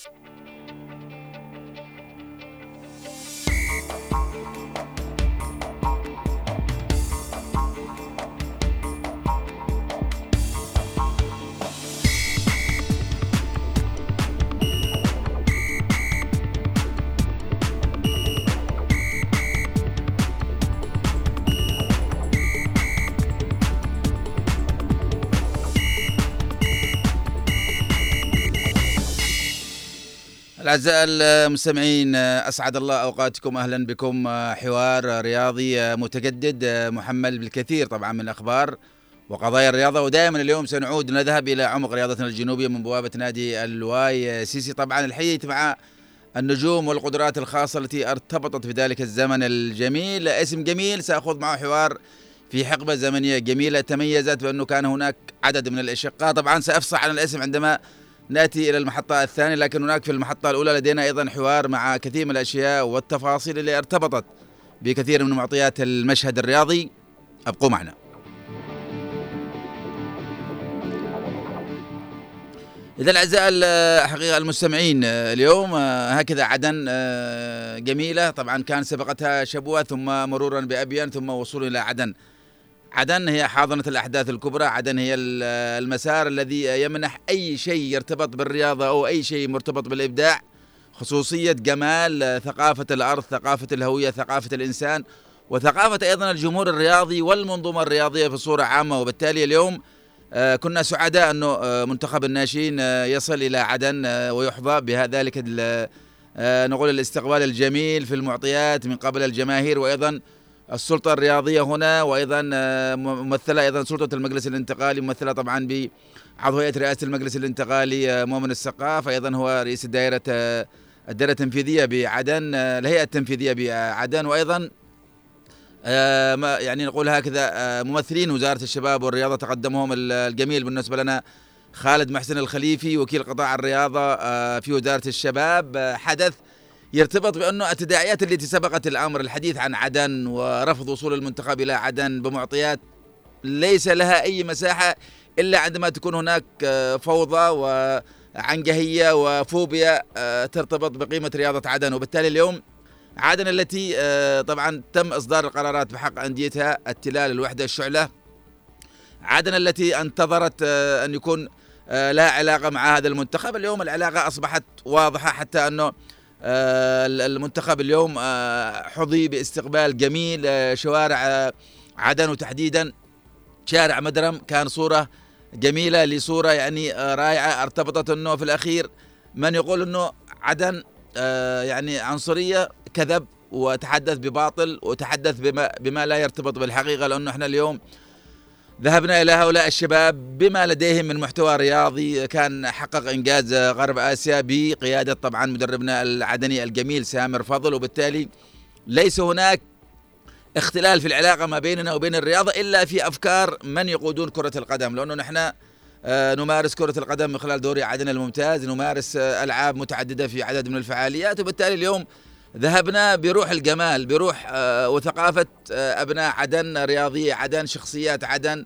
الأعزاء المستمعين، أسعد الله أوقاتكم، أهلا بكم. حوار رياضي متجدد محمل بالكثير طبعا من الأخبار وقضايا الرياضة، ودائما اليوم سنعود نذهب إلى عمق رياضتنا الجنوبية من بوابة نادي الواي سيسي. طبعا الحديث مع النجوم والقدرات الخاصة التي ارتبطت في ذلك الزمن الجميل. اسم جميل سأخوض معه حوار في حقبة زمنية جميلة تميزت بأنه كان هناك عدد من الأشقاء. طبعا سأفصح عن الاسم عندما نأتي إلى المحطة الثانية، لكن هناك في المحطة الأولى لدينا أيضا حوار مع كثير من الأشياء والتفاصيل اللي ارتبطت بكثير من معطيات المشهد الرياضي. أبقوا معنا. إذا الأعزاء حقيقة المستمعين، اليوم هكذا عدن جميلة. طبعا كان سبقتها شبوة ثم مرورا بأبين ثم وصول إلى عدن. عدن هي حاضنة الأحداث الكبرى، عدن هي المسار الذي يمنح أي شيء يرتبط بالرياضة أو أي شيء مرتبط بالإبداع خصوصية جمال ثقافة الأرض، ثقافة الهوية، ثقافة الإنسان، وثقافة أيضا الجمهور الرياضي والمنظومة الرياضية بصورة عامة. وبالتالي اليوم كنا سعداء أنه منتخب الناشئين يصل إلى عدن ويحظى بذلك نقول الاستقبال الجميل في المعطيات من قبل الجماهير وأيضا السلطة الرياضية هنا، وأيضا ممثلة أيضا سلطة المجلس الانتقالي، ممثلة طبعا بعضو هيئة رئاسة المجلس الانتقالي مؤمن السقاف، أيضا هو رئيس الدائرة التنفيذية بعدن، الهيئة التنفيذية بعدن، وأيضا يعني نقول هكذا ممثلين وزارة الشباب والرياضة تقدمهم الجميل بالنسبة لنا خالد محسن الخليفي وكيل قطاع الرياضة في وزارة الشباب. حدث يرتبط بأنه التداعيات التي سبقت الأمر، الحديث عن عدن ورفض وصول المنتخب إلى عدن بمعطيات ليس لها أي مساحة إلا عندما تكون هناك فوضى وعنجهية وفوبيا ترتبط بقيمة رياضة عدن. وبالتالي اليوم عدن التي طبعا تم إصدار القرارات بحق أنديتها التلال، الوحدة، الشعلة، عدن التي انتظرت أن يكون لها علاقة مع هذا المنتخب، اليوم العلاقة أصبحت واضحة، حتى أنه المنتخب اليوم حظي باستقبال جميل. شوارع عدن وتحديدا شارع مدرم كان صورة جميلة لصورة يعني رائعة ارتبطت أنه في الأخير من يقول أنه عدن يعني عنصرية كذب وتحدث بباطل وتحدث بما لا يرتبط بالحقيقة، لأنه احنا اليوم ذهبنا إلى هؤلاء الشباب بما لديهم من محتوى رياضي، كان حقق إنجاز غرب آسيا بقيادة طبعا مدربنا العدني الجميل سامر فضل. وبالتالي ليس هناك اختلال في العلاقة ما بيننا وبين الرياضة إلا في أفكار من يقودون كرة القدم، لأنه نحن نمارس كرة القدم من خلال دوري عدن الممتاز، نمارس ألعاب متعددة في عدد من الفعاليات. وبالتالي اليوم ذهبنا بروح الجمال، بروح وثقافة أبناء عدن، رياضية عدن، شخصيات عدن.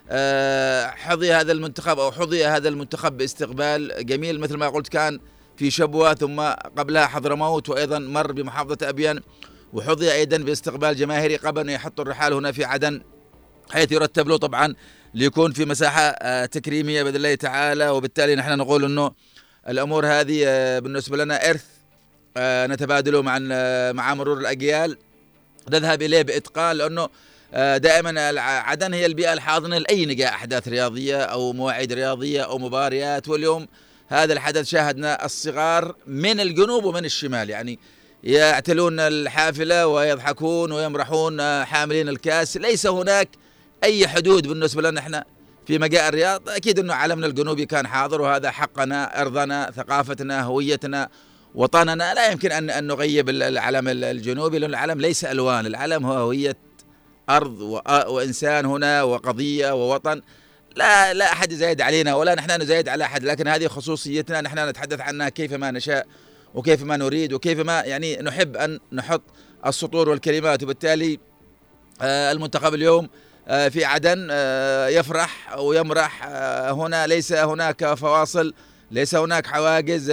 حظي هذا المنتخب أو حظي هذا المنتخب باستقبال جميل مثل ما قلت، كان في شبوة ثم قبلها حضرموت وأيضا مر بمحافظة أبين، وحظي أيضا باستقبال جماهيري قبل أن يحطوا الرحال هنا في عدن، حيث يرتب له طبعا ليكون في مساحة تكريمية بإذن الله تعالى. وبالتالي نحن نقول أنه الأمور هذه بالنسبة لنا إرث نتبادله مع مرور الأجيال، نذهب إليه بإتقان، لأنه دائما عدن هي البيئة الحاضنة لأي نجاح أحداث رياضية أو مواعيد رياضية أو مباريات. واليوم هذا الحدث شاهدنا الصغار من الجنوب ومن الشمال يعني يعتلون الحافلة ويضحكون ويمرحون حاملين الكاس. ليس هناك أي حدود بالنسبة لنا احنا في مجال الرياض. أكيد أنه علمنا الجنوبي كان حاضر، وهذا حقنا، أرضنا، ثقافتنا، هويتنا، وطننا. لا يمكن أن نغيب العلم الجنوبي، لأن العلم ليس ألوان، العلم هو هوية أرض وإنسان هنا وقضية ووطن. لا أحد يزايد علينا ولا نحن نزايد على أحد، لكن هذه خصوصيتنا، نحن نتحدث عنها كيفما نشاء وكيفما نريد وكيفما يعني نحب أن نحط السطور والكلمات. وبالتالي المنتخب اليوم في عدن يفرح ويمرح، هنا ليس هناك فواصل ليس هناك حواجز،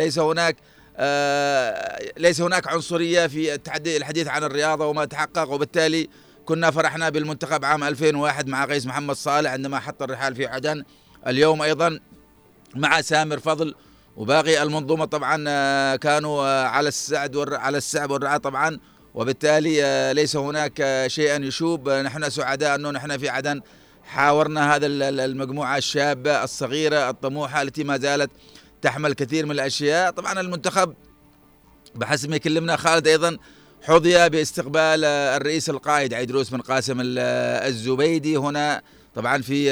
ليس هناك عنصرية في الحديث عن الرياضة وما تحقق. وبالتالي كنا فرحنا بالمنتخب عام 2001 مع قيس محمد صالح عندما حط الرحال في عدن. اليوم أيضا مع سامر فضل وباقي المنظومة طبعا كانوا على السعب والرعاة طبعا. وبالتالي ليس هناك شيئا يشوب. نحن سعداء أنه نحن في عدن حاورنا هذا المجموعة الشابة الصغيرة الطموحة التي ما زالت تحمل كثير من الأشياء. طبعا المنتخب بحسب ما يكلمنا خالد أيضا حظي باستقبال الرئيس القائد عيدروس بن قاسم الزبيدي هنا طبعا في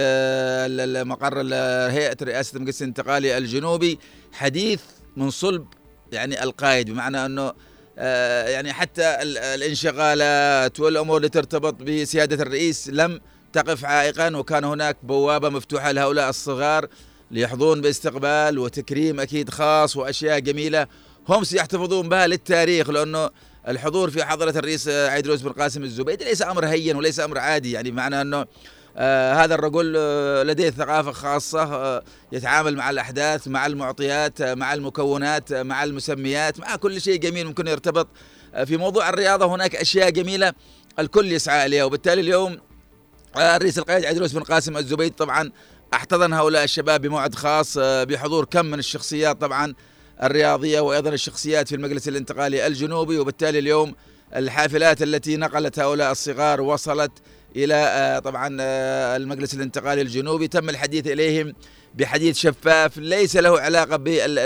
مقر هيئة رئاسة المجلس الانتقالي الجنوبي، حديث من صلب يعني القائد، بمعنى أنه يعني حتى الانشغالات والأمور اللي ترتبط بسيادة الرئيس لم تقف عائقا، وكان هناك بوابة مفتوحة لهؤلاء الصغار ليحظون باستقبال وتكريم أكيد خاص وأشياء جميلة هم سيحتفظون بها للتاريخ، لأنه الحضور في حضرة الرئيس عيدروس بن قاسم الزبيدي ليس أمر هين وليس أمر عادي. يعني بمعنى أنه هذا الرجل لديه ثقافة خاصة، يتعامل مع الأحداث، مع المعطيات، مع المكونات، مع المسميات، مع كل شيء جميل ممكن يرتبط في موضوع الرياضة. هناك أشياء جميلة الكل يسعى إليها. وبالتالي اليوم الرئيس القائد عيدروس بن قاسم الزبيدي طبعا احتضن هؤلاء الشباب بموعد خاص بحضور كم من الشخصيات طبعا الرياضية وأيضا الشخصيات في المجلس الانتقالي الجنوبي. وبالتالي اليوم الحافلات التي نقلت هؤلاء الصغار وصلت إلى طبعا المجلس الانتقالي الجنوبي، تم الحديث إليهم بحديث شفاف ليس له علاقة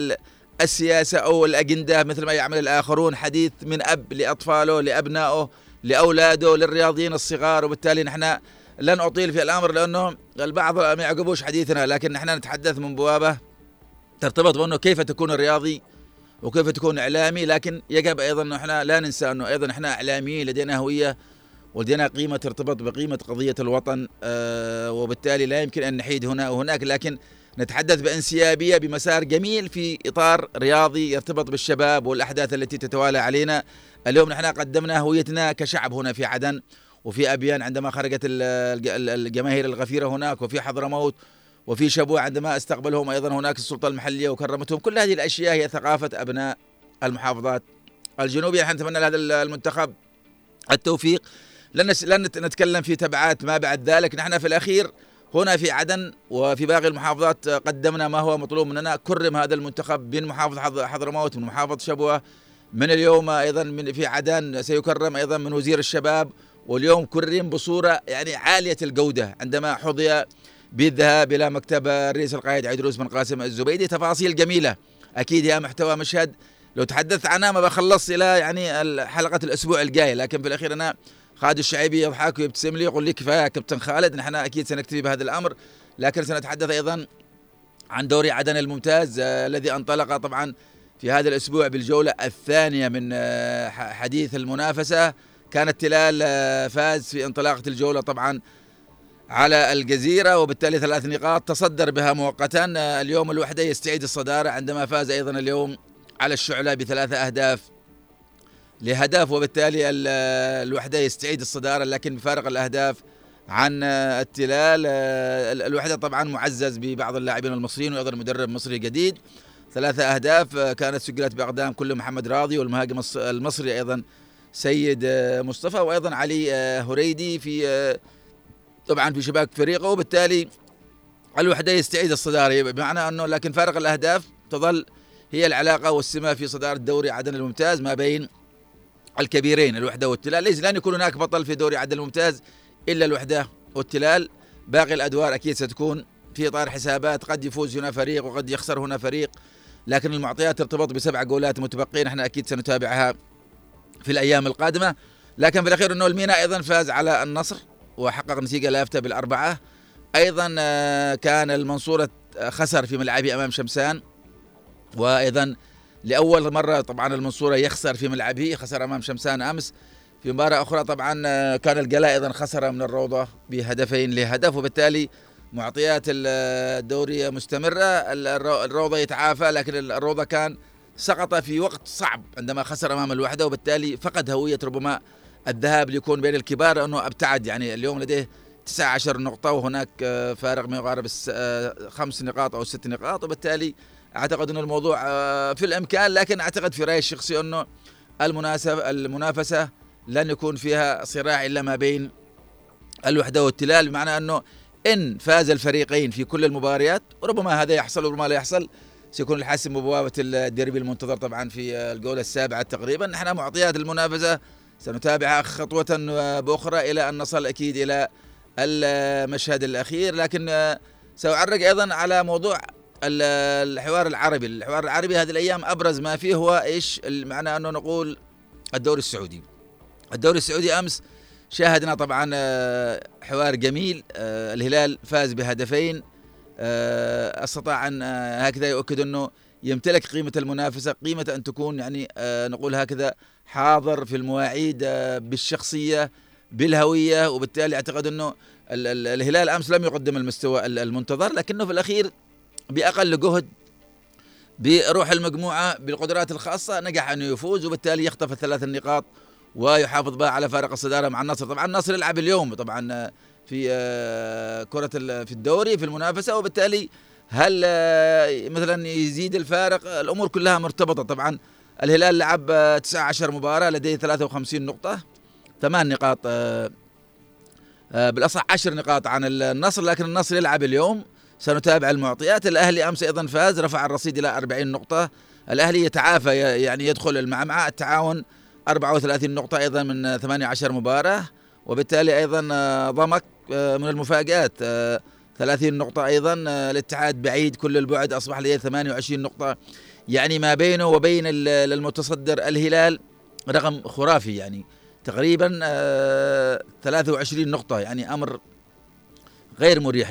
بالسياسة أو الأجندة مثل ما يعمل الآخرون، حديث من أب لأطفاله لأبنائه لأولاده للرياضيين الصغار. وبالتالي نحن لن أطيل في الأمر لأنه البعض ما يعجبوش حديثنا، لكن نحن نتحدث من بوابة ترتبط بأنه كيف تكون الرياضي وكيف تكون إعلامي. لكن يجب أيضا أنه نحن لا ننسى أنه أيضا نحن إعلاميين لدينا هوية ولدينا قيمة ترتبط بقيمة قضية الوطن، وبالتالي لا يمكن أن نحيد هنا وهناك، لكن نتحدث بانسيابية بمسار جميل في إطار رياضي يرتبط بالشباب والأحداث التي تتوالى علينا. اليوم نحن قدمنا هويتنا كشعب هنا في عدن وفي أبيان عندما خرجت الجماهير الغفيرة هناك، وفي حضرموت وفي شبوة عندما استقبلهم أيضا هناك السلطة المحلية وكرمتهم. كل هذه الأشياء هي ثقافة أبناء المحافظات الجنوبية. نحن نتمنى لهذا المنتخب التوفيق. لن نتكلم في تبعات ما بعد ذلك. نحن في الأخير هنا في عدن وفي باقي المحافظات قدمنا ما هو مطلوب مننا. كرم هذا المنتخب من محافظة حضرموت، من محافظة شبوة، من اليوم أيضا في عدن سيكرم أيضا من وزير الشباب، واليوم كرم بصورة يعني عالية الجودة عندما حظي بالذهاب إلى مكتب الرئيس القائد عيدروس بن قاسم الزبيدي. تفاصيل جميلة أكيد يا محتوى مشهد لو تحدثت عنها ما بخلص إلى يعني حلقة الأسبوع الجاي، لكن في الأخير أنا خالد الشعيبي يضحك ويبتسم لي يقول لي كفاية يا كابتن خالد. نحن أكيد سنكتفي بهذا الأمر، لكن سنتحدث أيضا عن دوري عدن الممتاز الذي انطلق طبعا في هذا الأسبوع بالجولة الثانية من حديث المنافسة. كان التلال فاز في انطلاقة الجولة طبعا على الجزيرة، وبالتالي 3 نقاط تصدر بها مؤقتا. اليوم الوحدة يستعيد الصدارة عندما فاز أيضا اليوم على الشعلة ب3 أهداف لهدف، وبالتالي الوحدة يستعيد الصدارة لكن بفارق الأهداف عن التلال. الوحدة طبعا معزز ببعض اللاعبين المصريين وأيضا مدرب مصري جديد. 3 أهداف كانت سجلت بأقدام كل محمد راضي والمهاجم المصري أيضا سيد مصطفى وأيضا علي هريدي في طبعا في شباك فريقه. وبالتالي الوحدة يستعيد الصدارة، بمعنى أنه لكن فارق الأهداف تظل هي العلاقة والسمة في صدارة دوري عدن الممتاز ما بين الكبيرين الوحدة والتلال. ليس لن يكون هناك بطل في دوري عدن الممتاز إلا الوحدة والتلال. باقي الأدوار أكيد ستكون في إطار حسابات، قد يفوز هنا فريق وقد يخسر هنا فريق، لكن المعطيات ترتبط ب7 جولات متبقين نحن أكيد سنتابعها في الأيام القادمة. لكن في الأخير أنه المينا أيضا فاز على النصر وحقق نتيجة لافتة بال4. أيضا كان المنصورة خسر في ملعبه أمام شمسان، وأيضا لأول مرة طبعا المنصورة يخسر في ملعبه، خسر أمام شمسان أمس. في مباراة أخرى طبعا كان الجلاء أيضا خسر من الروضة ب2 لهدف، وبالتالي معطيات الدوري مستمرة. الروضة يتعافى، لكن الروضة كان سقط في وقت صعب عندما خسر أمام الوحدة، وبالتالي فقد هوية ربما الذهاب ليكون بين الكبار أنه أبتعد. يعني اليوم لديه 19 نقطة وهناك فارق ما يقارب 5 نقاط أو 6 نقاط، وبالتالي اعتقد انه الموضوع في الامكان، لكن اعتقد في رايي الشخصي انه المنافسه لن يكون فيها صراع الا ما بين الوحده والتلال، بمعنى انه ان فاز الفريقين في كل المباريات، وربما هذا يحصل وربما لا يحصل، سيكون الحاسم ببوابه الديربي المنتظر طبعا في الجوله السابعه تقريبا. نحن معطيات المنافسه سنتابعها خطوه باخرى الى ان نصل اكيد الى المشهد الاخير، لكن سأعرج ايضا على موضوع الحوار العربي هذه الايام ابرز ما فيه هو ايش؟ معنى انه نقول الدوري السعودي امس شاهدنا طبعا حوار جميل. الهلال فاز بهدفين، استطاع ان هكذا يؤكد انه يمتلك قيمة المنافسة، قيمة ان تكون يعني نقول هكذا حاضر في المواعيد بالشخصية بالهوية، وبالتالي اعتقد انه الهلال امس لم يقدم المستوى المنتظر، لكنه في الاخير باقل جهد بروح المجموعة بالقدرات الخاصة نجح أن يفوز، وبالتالي يخطف الثلاث النقاط ويحافظ بقى على فارق الصدارة مع النصر. طبعا النصر يلعب اليوم طبعا في في الدوري في المنافسة، وبالتالي هل مثلا يزيد الفارق؟ الأمور كلها مرتبطة. طبعا الهلال لعب 19 مباراة لديه 53 نقطة، 8 نقاط بالأصح 10 نقاط عن النصر، لكن النصر يلعب اليوم. سنتابع المعطيات. الأهلي أمس أيضا فاز، رفع الرصيد إلى 40 نقطة. الأهلي يتعافى يعني يدخل المعمعة. التعاون 34 نقطة أيضا من 18 مباراة، وبالتالي أيضا ضمك من المفاجآت 30 نقطة أيضا. الاتحاد بعيد كل البعد، أصبح لديه 28 نقطة، يعني ما بينه وبين المتصدر الهلال رقم خرافي، يعني تقريبا 23 نقطة، يعني أمر غير مريح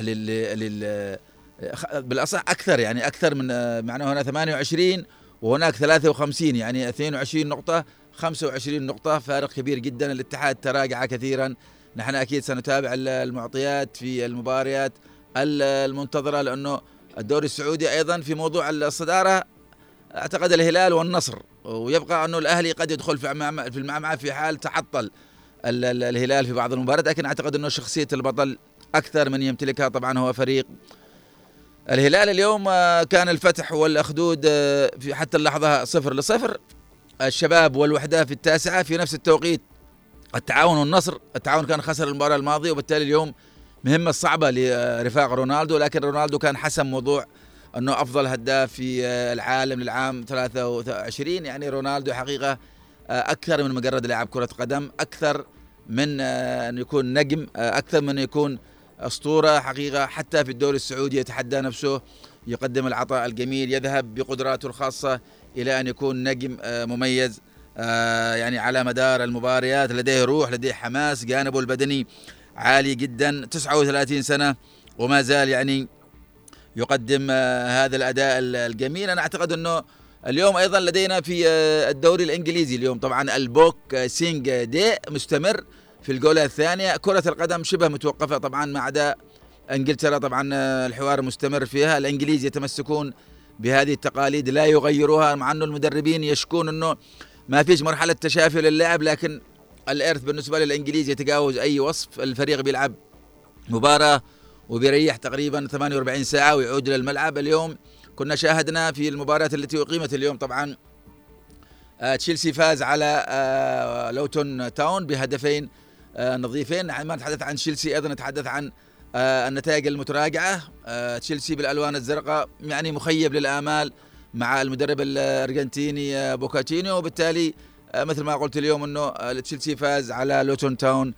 بالأصح أكثر، يعني أكثر من معنى هنا 28 وهناك 53، يعني 22 نقطة 25 نقطة، فارق كبير جدا. الاتحاد تراجع كثيرا. نحن أكيد سنتابع المعطيات في المباريات المنتظرة، لأنه الدوري السعودي أيضا في موضوع الصدارة أعتقد الهلال والنصر، ويبقى أنه الأهلي قد يدخل في المعمعة في حال تعطل الهلال في بعض المباريات، لكن أعتقد أنه شخصية البطل أكثر من يمتلكها طبعا هو فريق الهلال. اليوم كان الفتح والأخدود في حتى اللحظة 0-0. الشباب والوحدة في التاسعة في نفس التوقيت. التعاون والنصر، التعاون كان خسر المباراة الماضية، وبالتالي اليوم مهمة صعبة لرفاق رونالدو، لكن رونالدو كان حسم موضوع أنه أفضل هداف في العالم للعام 23. يعني رونالدو حقيقة أكثر من مجرد لاعب كرة قدم، أكثر من أن يكون نجم، أكثر من أن يكون أسطورة حقيقة. حتى في الدوري السعودي يتحدى نفسه، يقدم العطاء الجميل، يذهب بقدراته الخاصة إلى أن يكون نجم مميز. يعني على مدار المباريات لديه روح، لديه حماس، جانبه البدني عالي جدا، 39 سنة وما زال يعني يقدم هذا الأداء الجميل. أنا أعتقد أنه اليوم أيضا لدينا في الدوري الإنجليزي اليوم طبعا البوك سينج دي مستمر في الجولة الثانية. كرة القدم شبه متوقفة طبعا ما عدا انجلترا، طبعا الحوار مستمر فيها. الانجليز يتمسكون بهذه التقاليد لا يغيروها، مع انه المدربين يشكون انه ما فيش مرحلة تشافي للاعب، لكن الارث بالنسبة للانجليز يتجاوز اي وصف. الفريق بيلعب مباراة وبيريح تقريبا 48 ساعة ويعود للملعب. اليوم كنا شاهدنا في المباراة التي أقيمت اليوم طبعا تشيلسي فاز على لوتون تاون بهدفين نظيفين. ما نتحدث عن تشيلسي، أيضا نتحدث عن النتائج المتراجعة. تشيلسي بالألوان الزرقاء يعني مخيب للآمال مع المدرب الأرجنتيني بوكاتينيو، وبالتالي مثل ما قلت اليوم أنه تشيلسي فاز على لوتون تاون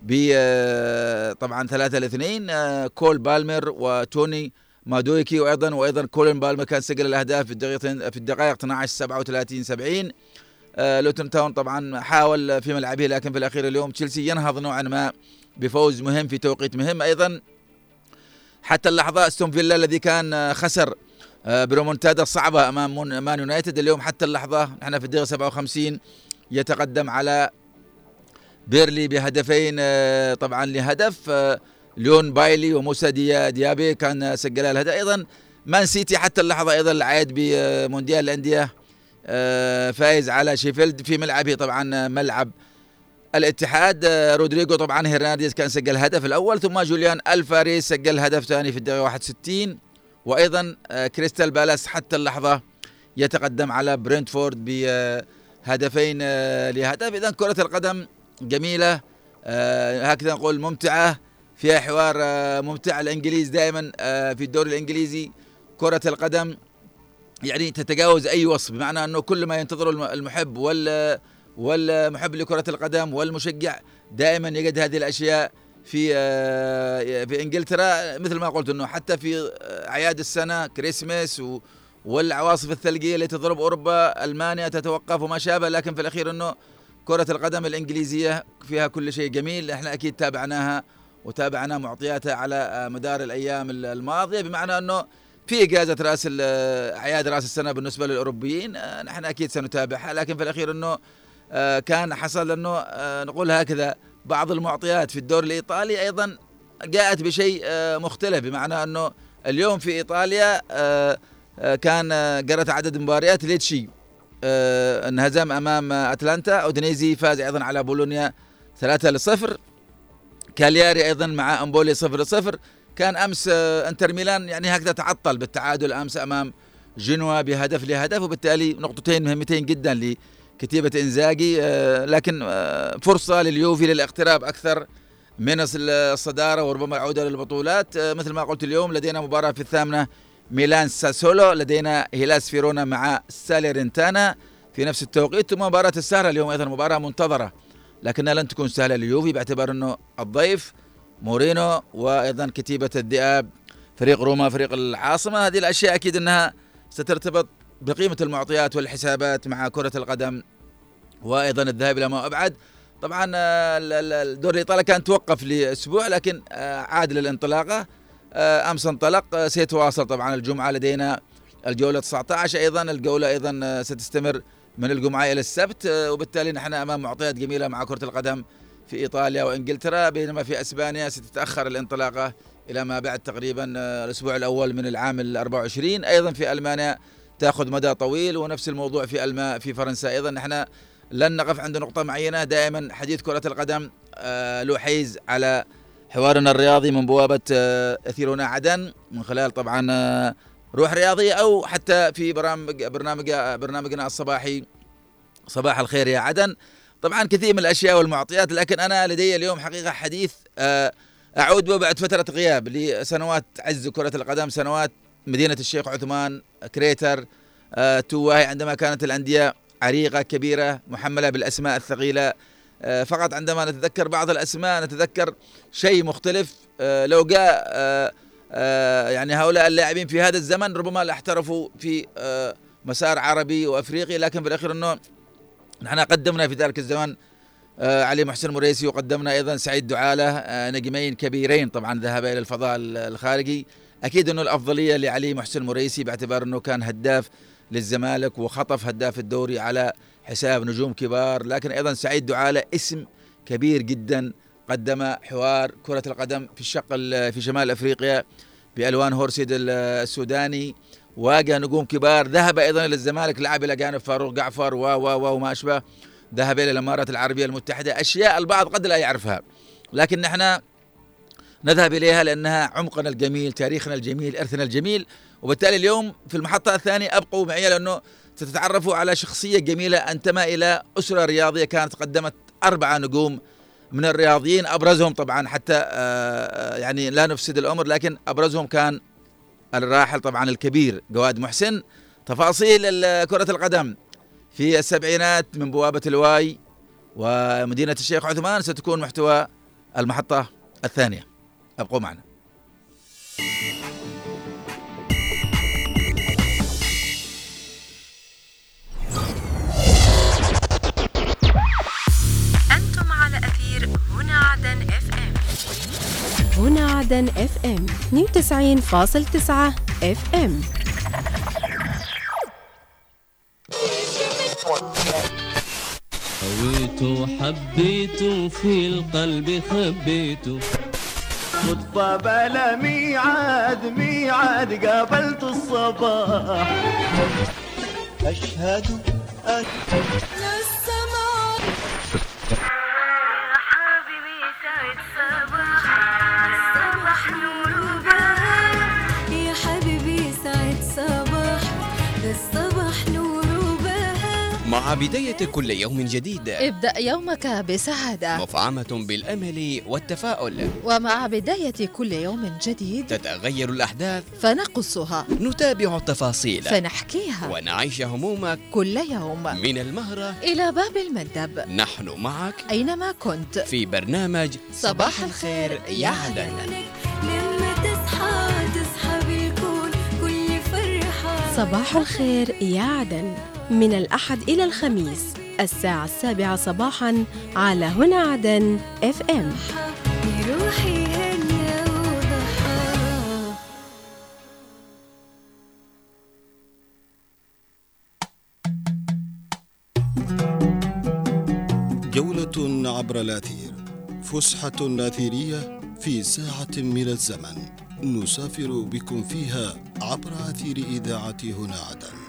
طبعا 3-2. كول بالمر وتوني مادويكي وأيضا كولين بالمر كان سجل الأهداف في الدقائق 12 37 70. لوتون تاون طبعا حاول في ملعبه، لكن في الأخير اليوم تشيلسي ينهض نوعا ما بفوز مهم في توقيت مهم. أيضا حتى اللحظة استون فيلا الذي كان خسر بريمونتادا صعبة أمام مان يونايتد، اليوم حتى اللحظة نحن في الدقيقة 57 يتقدم على بيرلي بهدفين طبعا لهدف. ليون بايلي وموسى ديابي كان سجل الهدف. أيضا مان سيتي حتى اللحظة أيضا العائد بمونديال الأندية فائز على شيفيلد في ملعبه طبعا ملعب الاتحاد. رودريغو طبعا هيرنانديز كان سجل الهدف الأول، ثم جوليان الفاريز سجل هدف ثاني في الدقيقة 61. وأيضا كريستال بالاس حتى اللحظة يتقدم على برينتفورد بهدفين لهدف. إذن كرة القدم جميلة، هكذا نقول ممتعة، فيها حوار ممتع. الإنجليز دائما في الدوري الإنجليزي كرة القدم يعني تتجاوز أي وصف، بمعنى أنه كل ما ينتظر المحب والمحب لكرة القدم والمشجع دائما يجد هذه الأشياء في إنجلترا. مثل ما قلت أنه حتى في أعياد السنة كريسماس والعواصف الثلجية التي تضرب أوروبا، ألمانيا تتوقف وما شابه، لكن في الأخير أنه كرة القدم الإنجليزية فيها كل شيء جميل. احنا أكيد تابعناها وتابعنا معطياتها على مدار الأيام الماضية، بمعنى أنه في إجازة أعياد رأس السنة بالنسبة للأوروبيين نحن أكيد سنتابعها، لكن في الأخير أنه كان حصل أنه نقول هكذا بعض المعطيات في الدوري الإيطالي أيضا جاءت بشيء مختلف، بمعنى أنه اليوم في إيطاليا كان قرأت عدد مباريات ليتشي انهزم أمام أتلانتا، أودينيزي فاز أيضا على بولونيا 3-0، كالياري أيضا مع أمبولي 0-0. كان أمس انتر ميلان يعني هكذا تعطل بالتعادل أمس أمام جنوا بهدف لهدف، وبالتالي نقطتين مهمتين جدا لكتيبة إنزاغي، لكن فرصة لليوفي للاقتراب أكثر من الصدارة وربما العودة للبطولات. مثل ما قلت اليوم لدينا مباراة في 8 ميلان ساسولو، لدينا هيلاس فيرونا مع ساليرنتانا في نفس التوقيت، ثم مباراة السهرة اليوم أيضا مباراة منتظرة لكنها لن تكون سهلة لليوفي باعتبار أنه الضيف مورينو، وأيضا كتيبة الذئاب فريق روما فريق العاصمة. هذه الأشياء أكيد أنها سترتبط بقيمة المعطيات والحسابات مع كرة القدم، وأيضا الذهاب إلى ما أبعد. طبعا الدوري الإيطالي كان توقف لأسبوع لكن عاد للانطلاقة، أمس انطلق، سيتواصل طبعا الجمعة. لدينا الجولة 19 أيضا، الجولة أيضا ستستمر من الجمعة إلى السبت، وبالتالي نحن أمام معطيات جميلة مع كرة القدم في إيطاليا وإنجلترا، بينما في أسبانيا ستتأخر الانطلاقة إلى ما بعد تقريبا الأسبوع الأول من العام 24. أيضا في ألمانيا تأخذ مدى طويل، ونفس الموضوع في فرنسا أيضا. نحن لن نقف عند نقطة معينة، دائما حديث كرة القدم له حيز على حوارنا الرياضي من بوابة أثيرنا عدن، من خلال طبعا روح رياضية أو حتى في برنامجنا الصباحي صباح الخير يا عدن. طبعا كثير من الأشياء والمعطيات، لكن أنا لدي اليوم حقيقة حديث أعود به بعد فترة غياب لسنوات عز كرة القدم، سنوات مدينة الشيخ عثمان، كريتر، تواهي، عندما كانت الأندية عريقة كبيرة محملة بالأسماء الثقيلة. فقط عندما نتذكر بعض الأسماء نتذكر شيء مختلف. لو جاء يعني هؤلاء اللاعبين في هذا الزمن ربما احترفوا في مسار عربي وأفريقي، لكن بالأخير أنه نحن قدمنا في ذلك الزمن علي محسن مريسي، وقدمنا أيضا سعيد دعالة، نجمين كبيرين طبعا ذهبا إلى الفضاء الخارجي. أكيد أنه الأفضلية لعلي محسن مريسي باعتبار أنه كان هداف للزمالك وخطف هداف الدوري على حساب نجوم كبار، لكن أيضا سعيد دعالة اسم كبير جدا قدم حوار كرة القدم في الشق في شمال أفريقيا بألوان هورسيد السوداني، واجه نجوم كبار، ذهب أيضا إلى الزمالك، لعب إلى جانب فاروق جعفر وما أشبه، ذهب إلى الإمارات العربية المتحدة، أشياء البعض قد لا يعرفها لكن نحن نذهب إليها لأنها عمقنا الجميل، تاريخنا الجميل، إرثنا الجميل. وبالتالي اليوم في المحطة الثانية أبقوا معي لأنه ستتعرفوا على شخصية جميلة انتمى إلى أسرة رياضية كانت قدمت 4 نجوم من الرياضيين، أبرزهم طبعا حتى يعني لا نفسد الأمر، لكن أبرزهم كان الراحل طبعا الكبير جواد محسن. تفاصيل كرة القدم في السبعينات من بوابة الواي ومدينة الشيخ عثمان ستكون محتوى المحطة الثانية، أبقوا معنا. أنتم على أثير هنا عدن اف ام. هنا عدن اف ام 92.9 اف ام. هويته حبيته في القلب خبيته، صدفة بلا ميعاد قابلت الصباح، أشهد للسماء حبيبي سعد صباح نور وبهاء، يا حبيبي مع بداية كل يوم جديد ابدأ يومك بسعادة، مفعمة بالأمل والتفاؤل. ومع بداية كل يوم جديد تتغير الأحداث فنقصها، نتابع التفاصيل فنحكيها، ونعيش همومك كل يوم من المهرة إلى باب المندب. نحن معك أينما كنت في برنامج صباح الخير يا عدن. لما تصحى بالكون كل فرحة. صباح الخير يا عدن من الأحد إلى الخميس الساعة 7 صباحا على هنا عدن FM. بروحي هنا وضحى. جولة عبر الأثير، فسحة أثيرية في ساعة من الزمن نسافر بكم فيها عبر أثير إذاعة هنا عدن.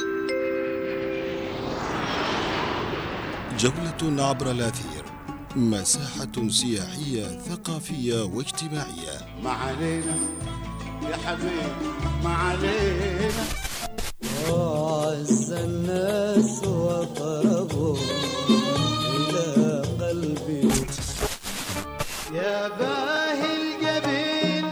جولة عبر الأثير، مساحة سياحية ثقافية واجتماعية. ما علينا يا حبيبي ما علينا. وأعز الناس وأقربهم إلى قلبي يا باهي الجبين.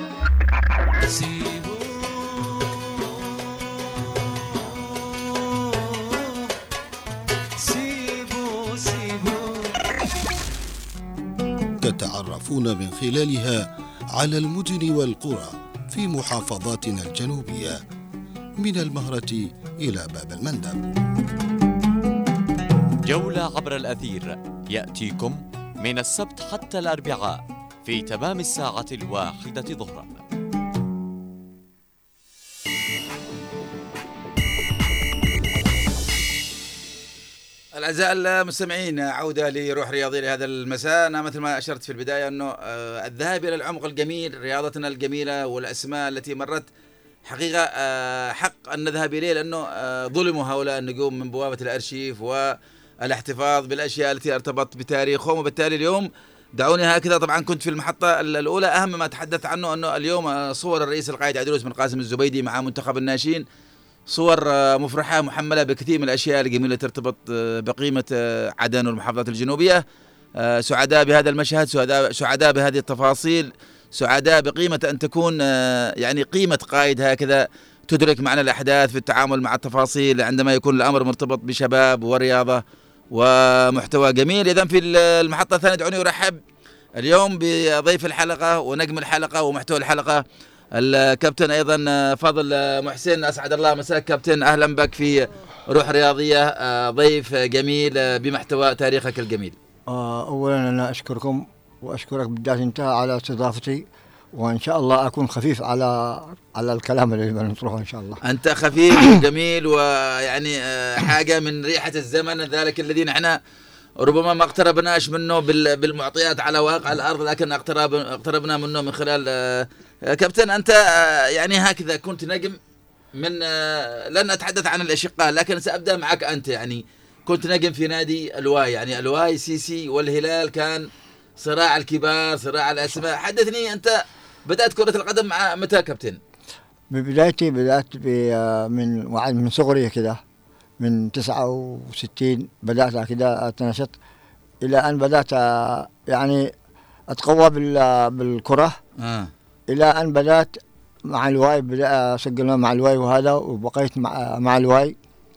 تتعرفون من خلالها على المدن والقرى في محافظاتنا الجنوبية من المهرة إلى باب المندب. جولة عبر الأثير يأتيكم من السبت حتى الأربعاء في تمام الساعة 1 ظهرا. الأعزاء المستمعين، عودة لروح رياضية لهذا المساء. أنا مثل ما أشرت في البداية أنه الذهاب إلى العمق الجميل، رياضتنا الجميلة والأسماء التي مرت حقيقة حق أن نذهب إليه، لأنه ظلموا هؤلاء النجوم من بوابة الأرشيف والاحتفاظ بالأشياء التي ارتبط بتاريخهم. وبالتالي اليوم دعوني هكذا، طبعا كنت في المحطة الأولى، أهم ما تحدث عنه أنه اليوم صور الرئيس القائد عيدروس بن قاسم الزبيدي مع منتخب الناشئين، صور مفرحة محملة بكثير من الأشياء الجميلة ترتبط بقيمة عدن والمحافظات الجنوبية. سعداء بهذا المشهد، سعداء بهذه التفاصيل، سعداء بقيمة أن تكون يعني قيمة قائد هكذا تدرك معنى الأحداث في التعامل مع التفاصيل عندما يكون الأمر مرتبط بشباب ورياضة ومحتوى جميل. إذن في المحطة الثانية دعوني أرحب اليوم بضيف الحلقة ونجم الحلقة ومحتوى الحلقة، الكابتن أيضا فاضل محسن. أسعد الله مساك كابتن، أهلا بك في روح رياضية، ضيف جميل بمحتوى تاريخك الجميل. أولا أنا أشكركم وأشكرك بالذات أنت على استضافتي، وإن شاء الله أكون خفيف على الكلام اللي بنطرحه إن شاء الله. أنت خفيف وجميل، ويعني حاجة من ريحة الزمن ذلك الذي نحن ربما ما اقتربناش منه بالمعطيات على واقع الأرض، لكن اقتربنا منه من خلال كابتن. أنت يعني هكذا كنت نجم من لن أتحدث عن الأشقاء، لكن سأبدأ معك أنت. يعني كنت نجم في نادي الواي، يعني الواي سيسي والهلال كان صراع الكبار، صراع الأسماء. حدثني أنت بدأت كرة القدم مع متى كابتن؟ بدايتي بدأت من صغري كده، من 69 بدأت كده أتنشط إلى أن بدأت يعني أتقوى بالكرة إلى أن بدأت مع الواي، بدأ أسجل مع الواي وهذا، وبقيت مع الواي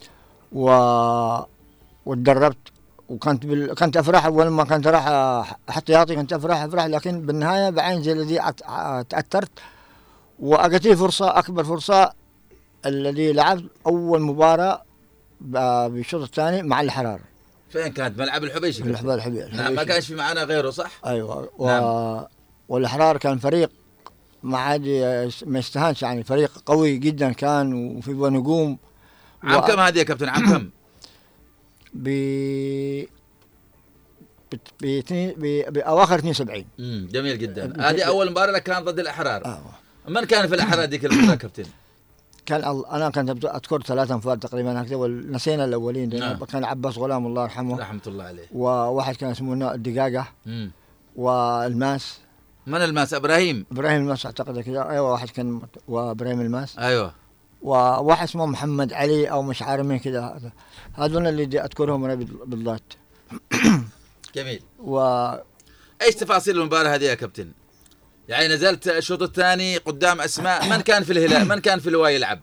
وتدربت. كنت أفرح أول ما كنت راح احتياطي، كنت أفرح، لكن بالنهاية بعين زي الذي تأثرت، وأجت لي فرصة، أكبر فرصة الذي لعبت أول مباراة بالشوط الثاني مع الحرار. فين كانت؟ ملعب الحبيشي. الحبيشي. نعم، ما كانش في معنا غيره صح؟ أيوة. نعم. والحرار كان فريق ما عاد ما يستهانش، يعني فريق قوي جدا كان، وفي نجوم. عام كم هذه يا كابتن؟ عام كم؟ بأواخر 72. جميل جدا. هذه أول مباراة لك كان ضد الأحرار. من كان في الأحرار ذيك المباراة كابتن؟ أنا كنت أذكر 3 أنفار تقريبا هكذا، ونسينا الأولين. كان عباس غلام الله يرحمه رحمة الله عليه، وواحد كان اسمه الدقاقة، والماس. من الماس؟ إبراهيم الماس أعتقد كذا. أيوة، واحد كان وإبراهيم الماس. أيوة. وواحد اسمه محمد علي او مش عارف مين كذا، هذول اللي اذكرهم انا بالذات. جميل. و ايش تفاصيل المباراه هذه يا كابتن؟ يعني نزلت الشوط الثاني قدام اسماء، من كان في الهلال من كان في اللواء يلعب؟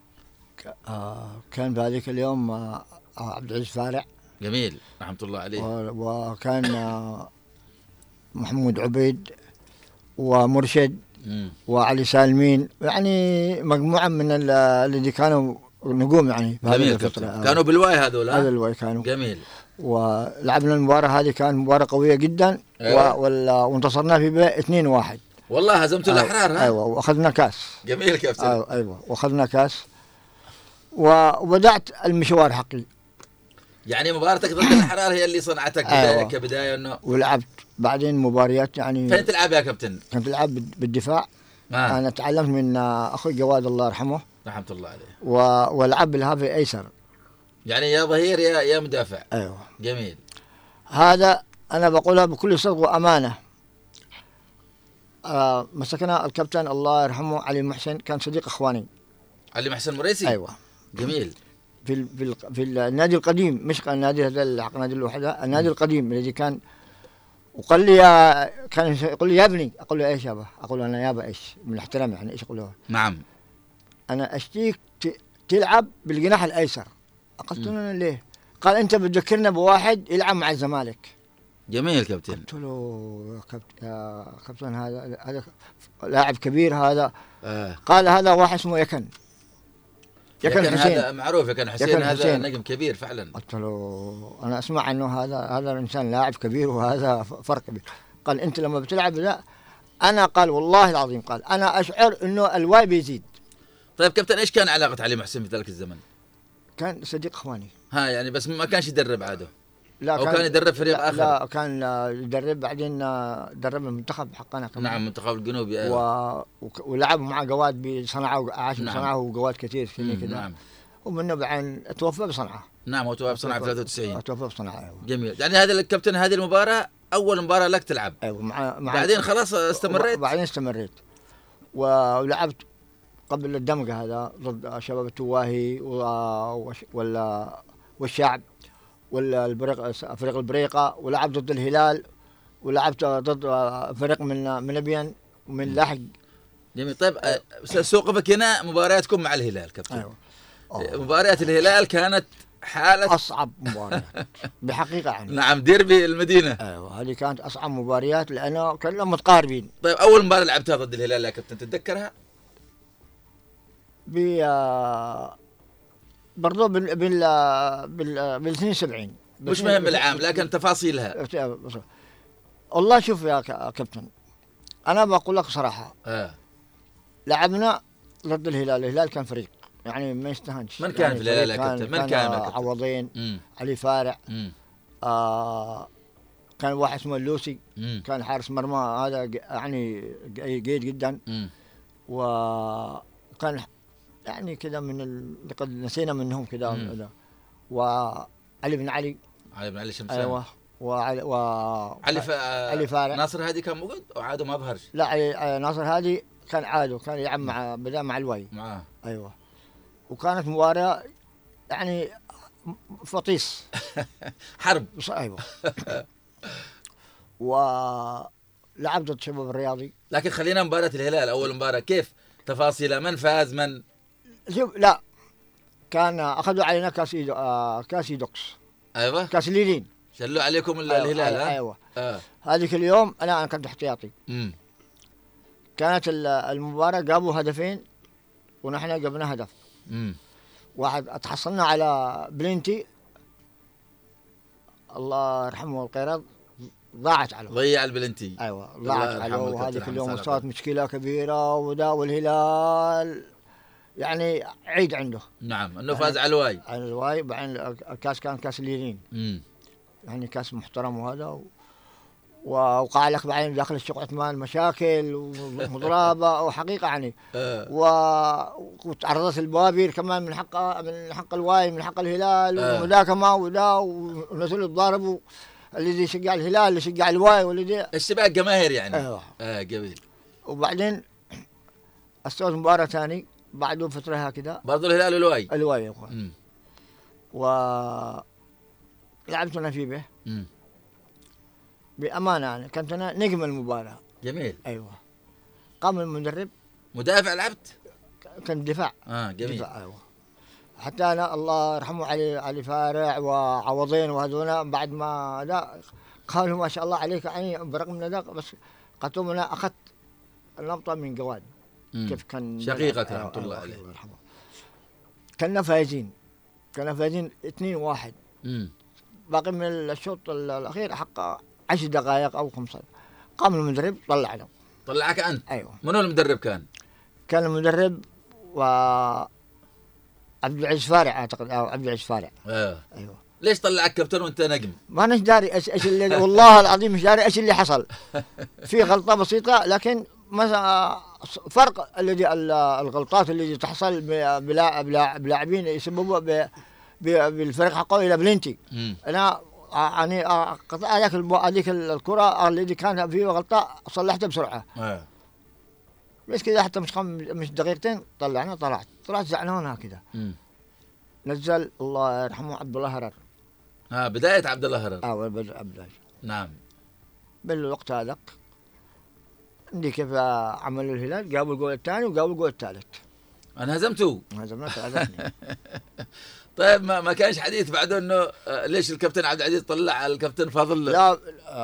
كان بهذيك اليوم عبد العزيز فارع. جميل رحمه الله عليه. وكان محمود عبيد ومرشد وعلي سالمين، يعني مجموعه من الذي كانوا نجوم يعني في هذه الفتره. كانوا بالواي هذول. هذا الواي كانوا. جميل. ولعبنا المباراه هذه، كان مباراه قويه جدا. أيوة. وانتصرنا في 2-1. والله هزمتوا الاحرار. ها؟ ايوه واخذنا كاس. جميل كابتن. ايوه واخذنا كاس. وبدات المشوار حقي. يعني مباراتك ضد الاحرار هي اللي صنعتك كبدايه انه. ولعبت بعدين مباريات يعني. فين تلعب يا كابتن؟ كنت العب بالدفاع. انا تعلمت من اخوي جواد الله يرحمه. رحمه الله عليه. والعب بالهافي ايسر. يعني يا ظهير يا مدافع. ايوه. جميل. هذا انا بقولها بكل صدق وامانه. مسكنا الكابتن الله يرحمه علي محسن، كان صديق اخواني. علي محسن مريسي. ايوه. جميل. في النادي القديم، مش كان النادي هذا النادي الوحده، النادي القديم الذي كان. وقال لي كان يقول لي يا ابني، اقول له ايش يابا؟ اقول له انا يابا ايش؟ من الاحترام يعني ايش اقول له؟ نعم. انا اشتيك تلعب بالجناح الايسر. قلت له ليه؟ قال انت بتذكرنا بواحد يلعب مع الزمالك. جميل كابتن. قلت له يا كابتن هذا لاعب كبير هذا. قال هذا واحد اسمه يكن حسين. هذا معروف، يكن حسين هذا نجم كبير فعلا. قلت له انا اسمع عنه هذا الانسان لاعب كبير وهذا فرق كبير. قال انت لما بتلعب لا انا، قال والله العظيم، قال انا اشعر انه الواي بيزيد. طيب كابتن ايش كان علاقة علي محسن في ذلك الزمن؟ كان صديق اخواني. يعني بس ما كانش يدرب عاده. لا أو كان يدرب فريق آخر. لا كان يدرب، بعدين درب المنتخب حقنا كمان. نعم المنتخب الجنوبي. أيوة. ولعب مع جواد بصنعاء، عاش بصنعاء وجواد كثير فيني كذا. نعم. ومنه بعدين توفى بصنعاء. نعم توفى بصنعاء في 93. توفى بصنعاء. أيوة. جميل. يعني هذا الكابتن هذه المباراة أول مباراة لك تلعب. أيوة مع بعدين خلاص استمريت. بعدين استمريت ولعبت قبل الدمجة هذا ضد شباب التواهي والشعب فريق البريقة، ولعبت ضد الهلال، ولعبت ضد فريق من ابين ومن لاحق. جميل. طيب سوقفك هنا مبارياتكم مع الهلال كابتن. أيوة. مباريات الهلال كانت حالة أصعب مباريات بحقيقة يعني. نعم ديربي المدينة. أيوة هذه كانت أصعب مباريات لأنه كنا متقاربين. طيب أول مباراة لعبتها ضد الهلال يا كابتن تتذكرها؟ برضو بال 72. مش مهم العام لكن تفاصيلها. والله شوف يا كابتن، أنا بقول لك صراحة. لعبنا ضد الهلال كان فريق يعني ما يستهانش. من كان يعني في الهلال يا كابتن؟ من كان؟ عوضين. علي فارع. كان واحد اسمه اللوسي. كان حارس مرمى هذا يعني جيد جدا. وكان يعني كذا من اللي قد نسينا منهم كذا. وعلي بن علي شمسان. ايوه. علي فارع. ناصر هادي كان موجود او عاده ما ظهرش؟ لا ناصر هادي كان عاده، كان يلعب بدا مع الواي معاه. ايوه. وكانت مباراه يعني فطيس حرب. ايوه. ولعب ضد شباب الرياضي. لكن خلينا مباراه الهلال اول مباراه، كيف تفاصيلها؟ من فاز من؟ لا كان اخذوا علينا كاس دوكس. ايوه كاس ليلين شلوا عليكم الهلال. ايوه. هذيك اليوم انا كنت احتياطي. كانت المباراه جابوا هدفين ونحن جبنا هدف. واحد تحصلنا على بلينتي الله يرحمه القيرض، ضاعت عليه. ضيع البلنتي. ايوه ضاعت عليه. وهذيك اليوم صارت مشكله كبيره والهلال يعني عيد عنده. نعم انه فاز على الواي. على الواي. بعدين الكاس كان كاس الليلين. يعني كاس محترم وهذا ووقع لك بعدين داخل الشيخ عثمان مشاكل ومضربه وحقيقه يعني. وتعرضت البوابير كمان من حق الواي من حق الهلال ومداكمه ونزلوا يتضاربوا، الذي يشجع الهلال اللي يشجع الواي والذي السباق جماهير يعني. ايوه جميل. وبعدين استوت مباراه ثاني بعده فتره هكذا برضه الهلال والواي. الواي يا اخوان. ولعبت انا فيه به بامانه، يعني كنت انا نجم المباراه. جميل. ايوه. قام المدرب. مدافع لعبت؟ كنت دفاع. جميل. دفاع ايوه. حتى انا الله يرحمه علي فارع وعوضين وهذولا بعد ما ذا قالوا ما شاء الله عليك، يعني برغم من ذاك بس قلت لهم انا اخذت النبطه من جواد. كيف كان شقيقك رحمه الله عليه. الله يرحمه. كنا فايزين 2-1. باقي من الشوط الاخير حق 10 دقائق او 5. قام المدرب طلعنا. طلعك انت؟ ايوه. منو المدرب كان؟ كان المدرب عبد العزيز فارع اعتقد، او عبد العزيز فارع. ايوه. ليش طلعك كابتن وانت نجم؟ ما أنا داري ايش اللي والله العظيم مش داري ايش اللي حصل. في غلطه بسيطه، لكن مثلا فرق الذي الغلطات اللي تحصل بلاعبين يسببوا بالفريق حقه الى بلنتي. انا يعني هذيك الكره اللي كان فيه غلطه صلحتها بسرعه. بس كذا حتى مش دقيقتين طلعت زعلان هكذا. نزل الله يرحمه عبد الله هرر. بداية عبد الله هرر. بداية. نعم. بالوقت هذاك عندي كيف عملوا الهلال، جابوا الجول الثاني وجابوا الجول الثالث. انهزمتوا؟ هزمنا. طيب ما كانش حديث بعده انه ليش الكابتن عبد العزيز طلع الكابتن فاضل؟ لا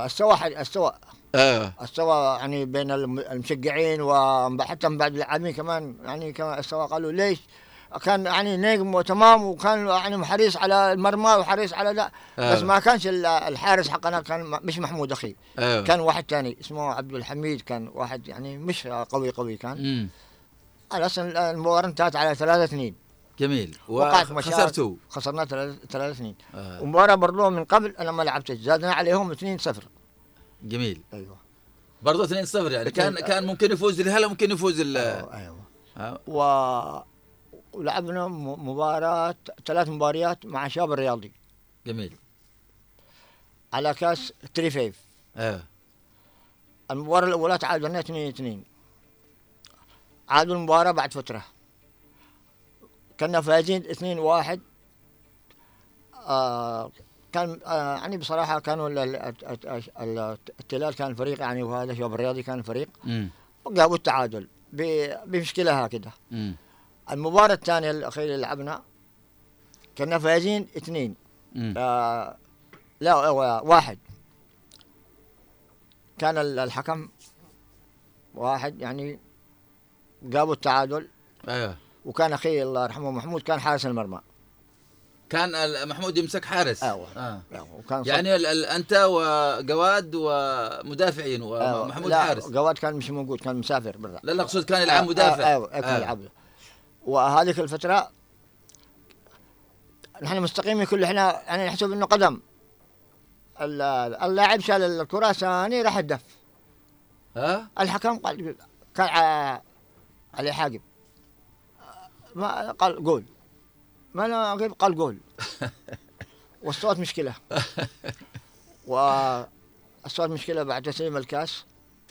استوى يعني بين المشجعين وحتى من بعد اللاعبين كمان، يعني كمان استوى. قالوا ليش؟ كان يعني نجم وتمام، وكان يعني حريص على المرمى وحريص على لا. بس ما كانش الحارس حقنا كان مش محمود اخي. كان واحد ثاني اسمه عبد الحميد، كان واحد يعني مش قوي كان. على اصلا المباراه انتهت على 3-2. جميل. وخسرتوا؟ خسرنا 3-2. ومباراه برضو من قبل انا ما لعبتش، زادنا عليهم 2-0. جميل. ايوه. برضو 2-0 يعني كان ممكن يفوز الهلال وممكن يفوز ايوه. ولعبنا مباراة 3 مباريات مع شباب الرياضي. جميل. على كاس تريفيف. المباراة الأولى تعادلنا 2-2. عادوا المباراة بعد فترة. كنا فايزين 2-1. كان يعني بصراحة كانوا التلال كان فريق يعني، وهذا شباب الرياضي كان فريق. وجابوا التعادل بمشكلة هكذا. المباراة الثانية الأخيرة اللي لعبنا كنا فايزين 2. لا 1. كان الحكم 1 يعني جابوا التعادل. وكان أخي الله يرحمه محمود كان حارس المرمى. كان محمود يمسك حارس. وكان يعني أنت وجواد ومدافعين ومحمود حارس. جواد كان مش موجود، كان مسافر برا. لا أقصد كان يلعب مدافع. كان يلعب. وهذيك الفترة نحن مستقيمين كل احنا يعني نحسب انه قدم. اللاعب شال الكرة ثاني راح الدف. الحكم قال كان عليه حاجب. ما قال جول. ما انا اجيب قال جول. والصوت مشكلة. والصوت مشكلة بعد تسليم الكاس.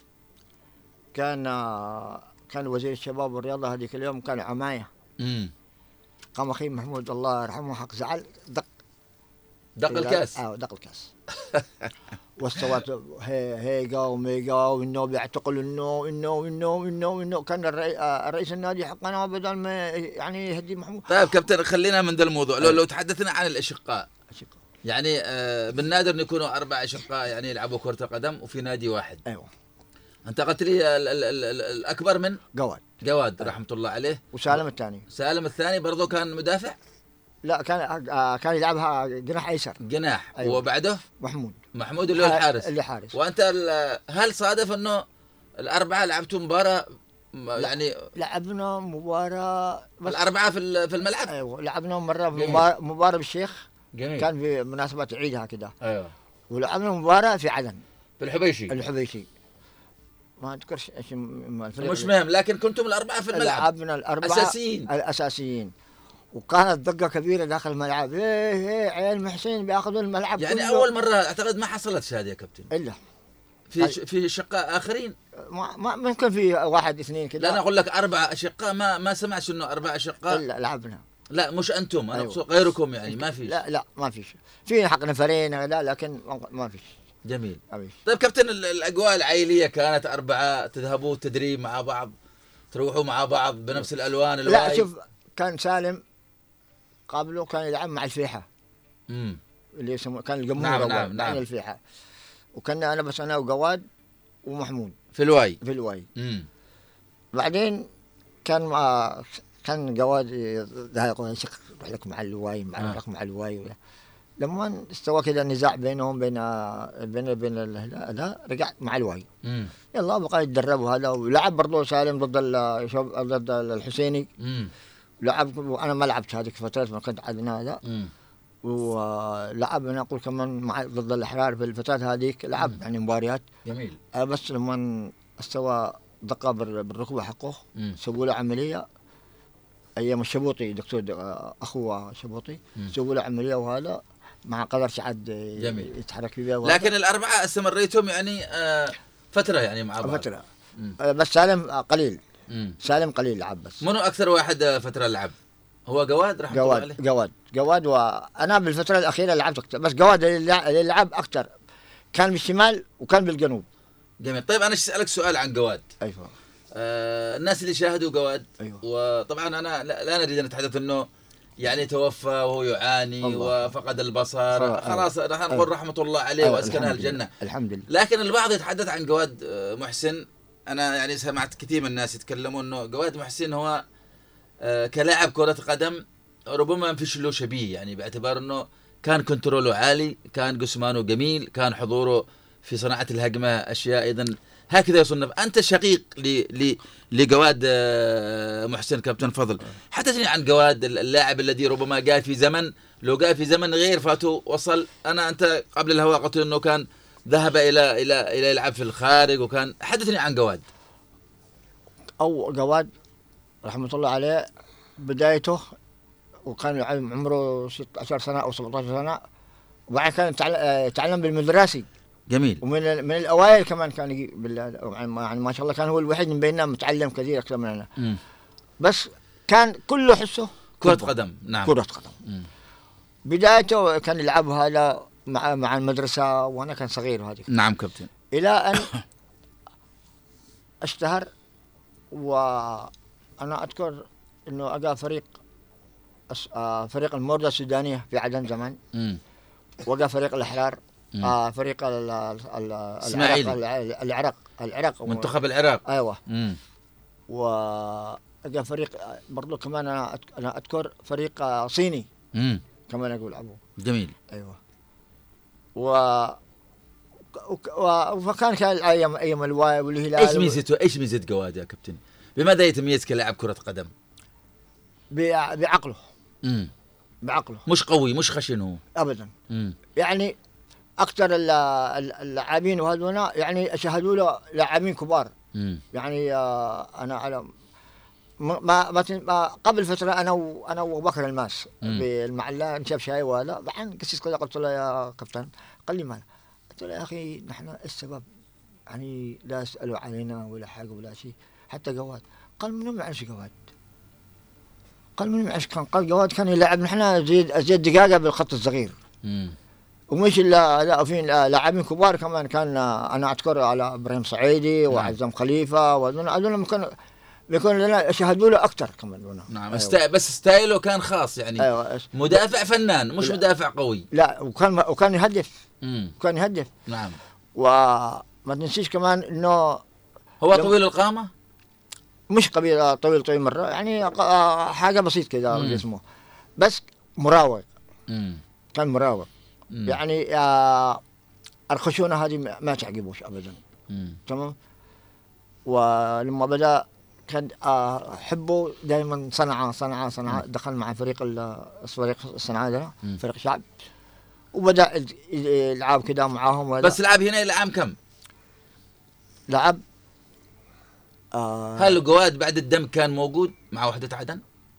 كان وزير الشباب والرياضة هذيك اليوم كان عماية. قام أخي محمود الله يرحمه حق زعل دق الكاس. دق الكاس. والصوت هيجا وميجا وإنه بيعتقل إنه كان الرئيس النادي حقنا بدل ما يعني يهدي محمود. طيب كابتن خلينا من ذا الموضوع. لو تحدثنا عن الأشقاء. يعني بالنادر أن يكونوا 4 أشقاء يعني يلعبوا كرة القدم وفي نادي واحد. أيوه. أنت قلت لي الأكبر من جواد رحمة الله عليه. وسالم الثاني. سالم الثاني برضو كان مدافع؟ لا كان يلعبها جناح أيسر. جناح. أيوة. وبعده؟ محمود اللي هو الحارس. اللي حارس. وأنت هل صادف إنه 4 لعبتوا مباراة يعني؟ لعبنا مباراة. 4 في الملعب؟ أيوة. لعبنا مرة مباراة بالشيخ. جميل. كان في مناسبة عيدها كده. أيوة. ولعبنا مباراة في عدن. في الحبيشي. ما اذكرش ايش مش مهم، لكن كنتم 4 في الملعب. لعبنا 4 الاساسيين. وكانت ضجه كبيره داخل الملعب. عيال محسن بياخذوا الملعب يعني كله. اول مره اعتقد ما حصلت هذه يا كابتن. الا في اشقاء اخرين؟ ما ممكن في واحد اثنين كذا. لا انا اقول لك 4 اشقاء، ما سمعتش انه 4 اشقاء. لا لعبنا. لا مش انتم، انا أيوة. اقصد غيركم يعني ما في. لا ما فيش، في حق نفرين لا، لكن ما فيش. جميل. أبيش. طيب كابتن، الاجواء العائليه كانت 4 تذهبوا تدريب مع بعض، تروحوا مع بعض بنفس الالوان الواي؟ لا شوف، كان سالم قبله كان يلعب مع الفيحة. اللي يسموه كان الجمهور. نعم. الفيحة. وكان انا بس انا وقواد ومحمود في الواي. بعدين كان قواد يقول روح لك مع الواي مع الواي. لما استوى كذا النزاع بينهم بين هذا رجع مع الواي. يلا بقى يتدربوا هذا، ولعب برضه سالم ضد الحسيني. لعب وانا ما لعبت هذيك الفترة، ما كنت عندنا هذا. ولعب انا اقول كمان مع ضد الاحرار في الفترات هذيك لعب يعني مباريات. جميل. بس لما استوى دقه بالركبه حقه سووا له عمليه ايام الشبوطي، دكتور اخوه شبوطي سووا له عمليه، وهذا مع قدر سعد يتحرك فيها. لكن ال4 استمريتم يعني فتره يعني مع بعض؟ فتره. بس سالم قليل. سالم قليل لعب. بس منو اكثر واحد فتره لعب؟ هو قواد رحمه الله عليه. قواد وانا بالفتره الاخيره لعبت اكثر، بس قواد اللي لعب اكثر كان بالشمال وكان بالجنوب. جميل. طيب انا اسالك سؤال عن قواد. ايوه. الناس اللي شاهدوا قواد. أيوة. وطبعا انا لا نريد ان نتحدث انه يعني توفى وهو يعاني وفقد البصر، خلاص نحن نقول رحمه الله عليه واسكنها الجنه. الحمد لله. لكن البعض يتحدث عن قواد محسن. انا يعني سمعت كثير من الناس يتكلمون انه قواد محسن هو كلاعب كرة قدم ربما ما فيش له شبيه، يعني باعتبار انه كان كنتروله عالي، كان جسمانه جميل، كان حضوره في صناعة الهجمة اشياء. اذا هكذا يصنف. انت شقيق لقواد محسن كابتن فضل، حدثني عن قواد اللاعب الذي ربما جاء في زمن، لو جاء في زمن غير فاتو وصل. انت قبل الهواء قلت انه كان ذهب الى يلعب في الخارج، وكان حدثني عن قواد. او قواد رحمة الله عليه بدايته وكان عمره 16 سنة أو 17 سنة، وبعدين كان يتعلم بالمدرسي. جميل. ومن الأوائل كمان كان يجي يعني ما شاء الله كان هو الوحيد من بيننا متعلم كثير أكثر مننا. بس كان كله حسه كرة قدم. نعم. كرة قدم. بدايته كان يلعب هذا مع المدرسة وأنا كان صغير وهذه. نعم كابتن. إلى أن اشتهر، وأنا أذكر إنه أجا فريق الموردة السودانية في عدن زمان، وجا فريق الأحرار، فريق العراق منتخب العراق. أيوة. وجا فريق برضو كمان أنا أذكر فريق صيني كمان أقول أبوه. جميل. أيوة. وكان أيام الواي والهلال. إيش ميزة قواد يا كابتن؟ بماذا يتميز كلاعب كرة قدم؟ بعقله. بعقله. مش قوي، مش خشن هو أبدا. يعني أكثر اللاعبين وهذونا يعني شاهدوا له لاعبين كبار. يعني أنا على ما قبل فترة أنا وبكر الماس بالمعلة نشرب شاي وهذا، بعدين قصص كذا قلت له يا كابتن، قال لي ماذا؟ قلت له يا أخي نحن السبب يعني لا يسألوا علينا ولا حاجة ولا شيء، حتى قواد. قال منو معلش قواد؟ قال منو معلش كان؟ قال قواد كان يلعب نحن زيد دقاقة بالخط الصغير. ومش لا في لاعبين كبار كمان كان أنا أذكر على إبراهيم صعيدي وعزام خليفة وهذول بيكون لنا شاهدوا له أكثر كمان هنا. نعم. أيوة. بس ستايله كان خاص يعني. أيوة. مدافع فنان مش مدافع قوي. لا وكان يهدف. كان يهدف. نعم. وما تنسيش كمان إنه هو طويل القامة؟ مش طويل مرة، يعني حاجة بسيط كذا جسمه، بس مراوغ. كان مراوغ. يعني الخشونة هذه ما تعجبوش أبدا. تمام. ولما بدأ كان حبه دائما صنعاء دخل مع فريق الصنعاء ده، فريق شعب، وبدأ يلعب كده معاهم. بس لعب هنا إلى عام كم؟ لعب هل قواد بعد الدم كان موجود مع وحدة عدن؟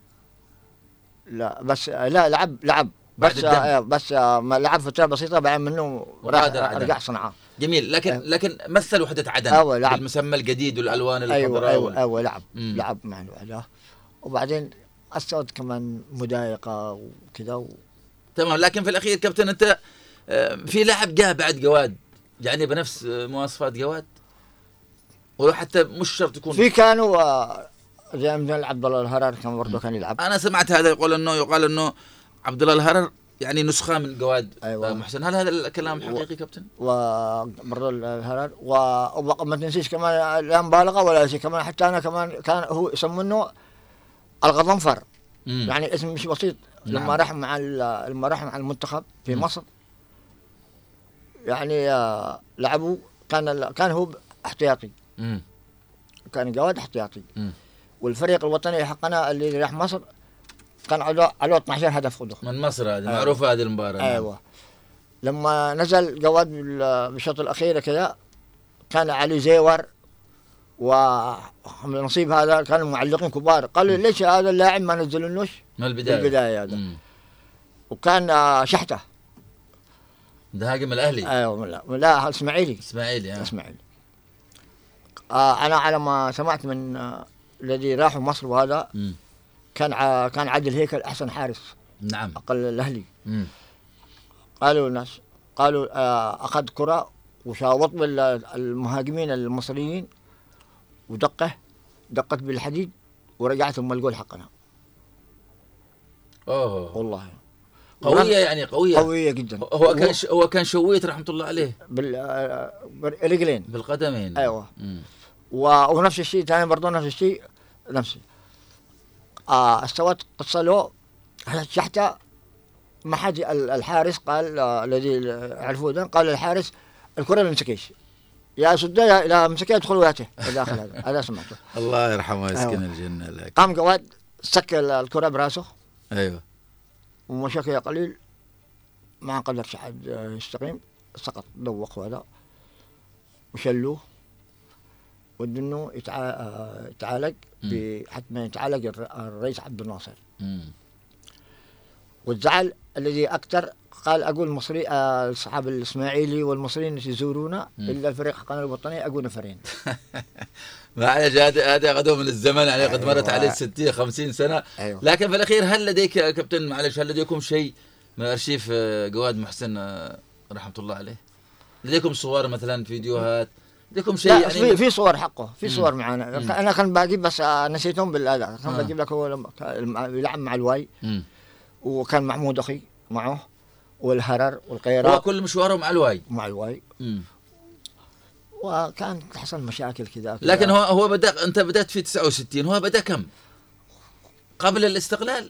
لا بس لعب بعد الدم. بس ما لعب فترة بسيطة، بعد منه رجع صنعاء. جميل. لكن مثل وحدة عدن بالمسمى الجديد والالوان الخضراء. ايوه لعب مع الوحده. وبعدين استوت كمان مضايقه وكذا تمام. لكن في الاخير كابتن انت في لاعب جاء بعد جواد يعني بنفس مواصفات جواد، ولو حتى مش شرط يكون في كانوا زي مثل عبد الله الهرر كان برضه كان يلعب. انا سمعت هذا يقال انه عبد الله الهرر يعني نسخه من جواد. أيوة. محسن، هل هذا الكلام حقيقي كابتن؟ ومرة الهرر وما تنسيش كمان لا مبالغه ولا شيء كمان، حتى انا كمان كان هو يسمونه الغضنفر. يعني اسم مش بسيط. نعم. لما راح مع المنتخب في مصر يعني لعبوا كان هو احتياطي. كان جواد احتياطي. والفريق الوطني حقنا اللي راح مصر كان على 12 هدف خذوا من مصر. هذه معروفه هذه المباراه. ايوه. لما نزل جواد بالشوط الاخير كذا كان علي زيور ونصيب هذا كانوا معلقين كبار قالوا ليش هذا اللاعب ما نزلونوش من البدايه هذا. وكان شحته ده هاجم الاهلي. ايوه لا اسماعيلي. انا على ما سمعت من الذي راحوا مصر وهذا كان عادل هيكل احسن حارس. نعم. اقل الاهلي. قالوا الناس اخذ كره وشاوط بالمهاجمين المصريين دقت بالحديد ورجعت ام الجول حقنا. والله قويه يعني قويه جدا. هو كان شويت رحمه الله عليه بالرجلين بالقدمين. ايوه. ونفس الشيء ثاني برضه نفس الشيء استوت قصه له شحته ما حد الحارس قال الذي عرفوه ده قال الحارس الكره ما مسكيش يا سدها الى مسكها يدخل وياته داخل. هذا سمعته. الله يرحمه ويسكن الجنه. لك قام جواد سك الكره براسه. ايوه. ومشى كذا قليل ما قدرش حد يستقيم سقط دوق هذا وشلوه ودنه يتعالج حتى يتعالج الرئيس عبد الناصر. والزعل الذي اكثر قال اقول المصري اصحاب الاسماعيلي والمصريين يزورونا الا الفريق حقنا الوطني اقول نفرين. معلش هذا غدوه من الزمن يعني قد مرت عليه 60 50 سنه. أيوة. لكن في الاخير هل لديك يا كابتن معلش هل لديكم شيء من ارشيف جواد محسن رحمه الله عليه؟ لديكم صور مثلا فيديوهات؟ لديكم شيء يعني في صور حقه في صور معنا. انا كان بجيب بس نسيتهم بالاداء. كان بجيب لك هو يلعب مع الواي وكان محمود اخي معه والهرر والقيراء. هو كل مشواره مع الواي. وكان تحصل مشاكل كذا. لكن هو انت بدأت في 69. هو بدأ كم؟ قبل الاستقلال؟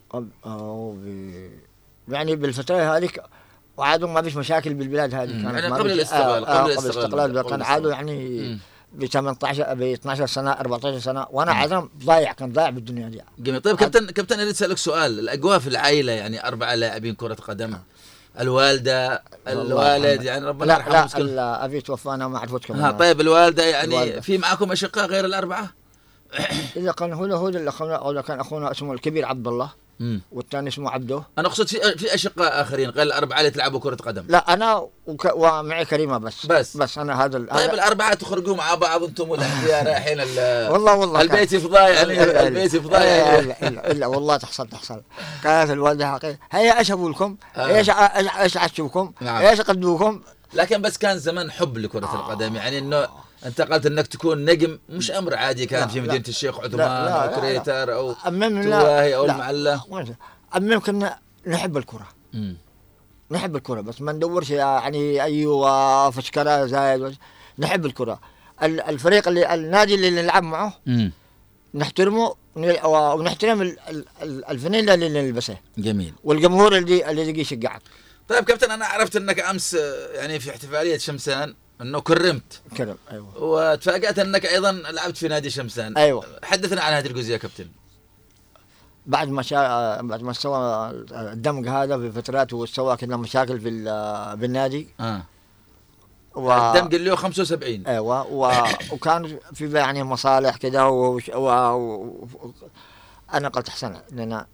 يعني بالفترة هذه وعادوا ما فيش مشاكل بالبلاد هذه. يعني قبل الاستقلال. قبل الاستقلال كان عادوا يعني ب 18 ب 12 سنة 14 سنة وانا عادم كان ضايع بالدنيا دي. جميل. طيب كابتن اريد اسالك سؤال. الاجواء في العائلة يعني 4 لاعبين كرة قدم. الوالدة الوالد يعني ربنا يرحمه. لا أبي توفى أنا ما عرفت كمان. طيب الوالدة يعني في معكم أشقاء غير الأربعة؟ إذا كان هو اللي أخونا كان أخونا اسمه الكبير عبد الله والثاني اسمه عبده. أنا أقصد في أشقاء آخرين غير الأربعة اللي تلعبوا كرة قدم. لا أنا ومعي كريمة بس أنا هذا. طيب الأربعة تخرجوا مع بعض أنتم والأحياء رايحين والله البيت يفضى يعني البيت يفضى يعني. لا والله تحصل كانت الوالدة حقيقة هيا إيش أقول لكم إيش عشوكم إيش قدوكم. لكن بس كان زمان حب لكرة القدم يعني إنه أنت قلت إنك تكون نجم مش أمر عادي كان في مدينة الشيخ عثمان أو كريتر أو تواهي أو المعلة. كنا نحب الكرة. نحب الكرة بس ما ندورش يعني أيوة فشكرة زايد. نحب الكرة. الفريق النادي اللي نلعب معه نحترمه ونحترم الفانيلا اللي نلبسه. جميل. والجمهور اللي يجي يشجعك. طيب كابتن أنا عرفت أنك أمس يعني في احتفالية شمسان أنه كرم أيوة. وتفاجأت أنك أيضا لعبت في نادي شمسان. أيوة. حدثنا عن هذه الجزئية كابتن. بعد ما سوى الدمج هذا في فترات وسوى كنا مشاكل بالنادي. الدمج اللي هو 75. ايوه وكان في يعني مصالح كذا انا قلت احسن لنا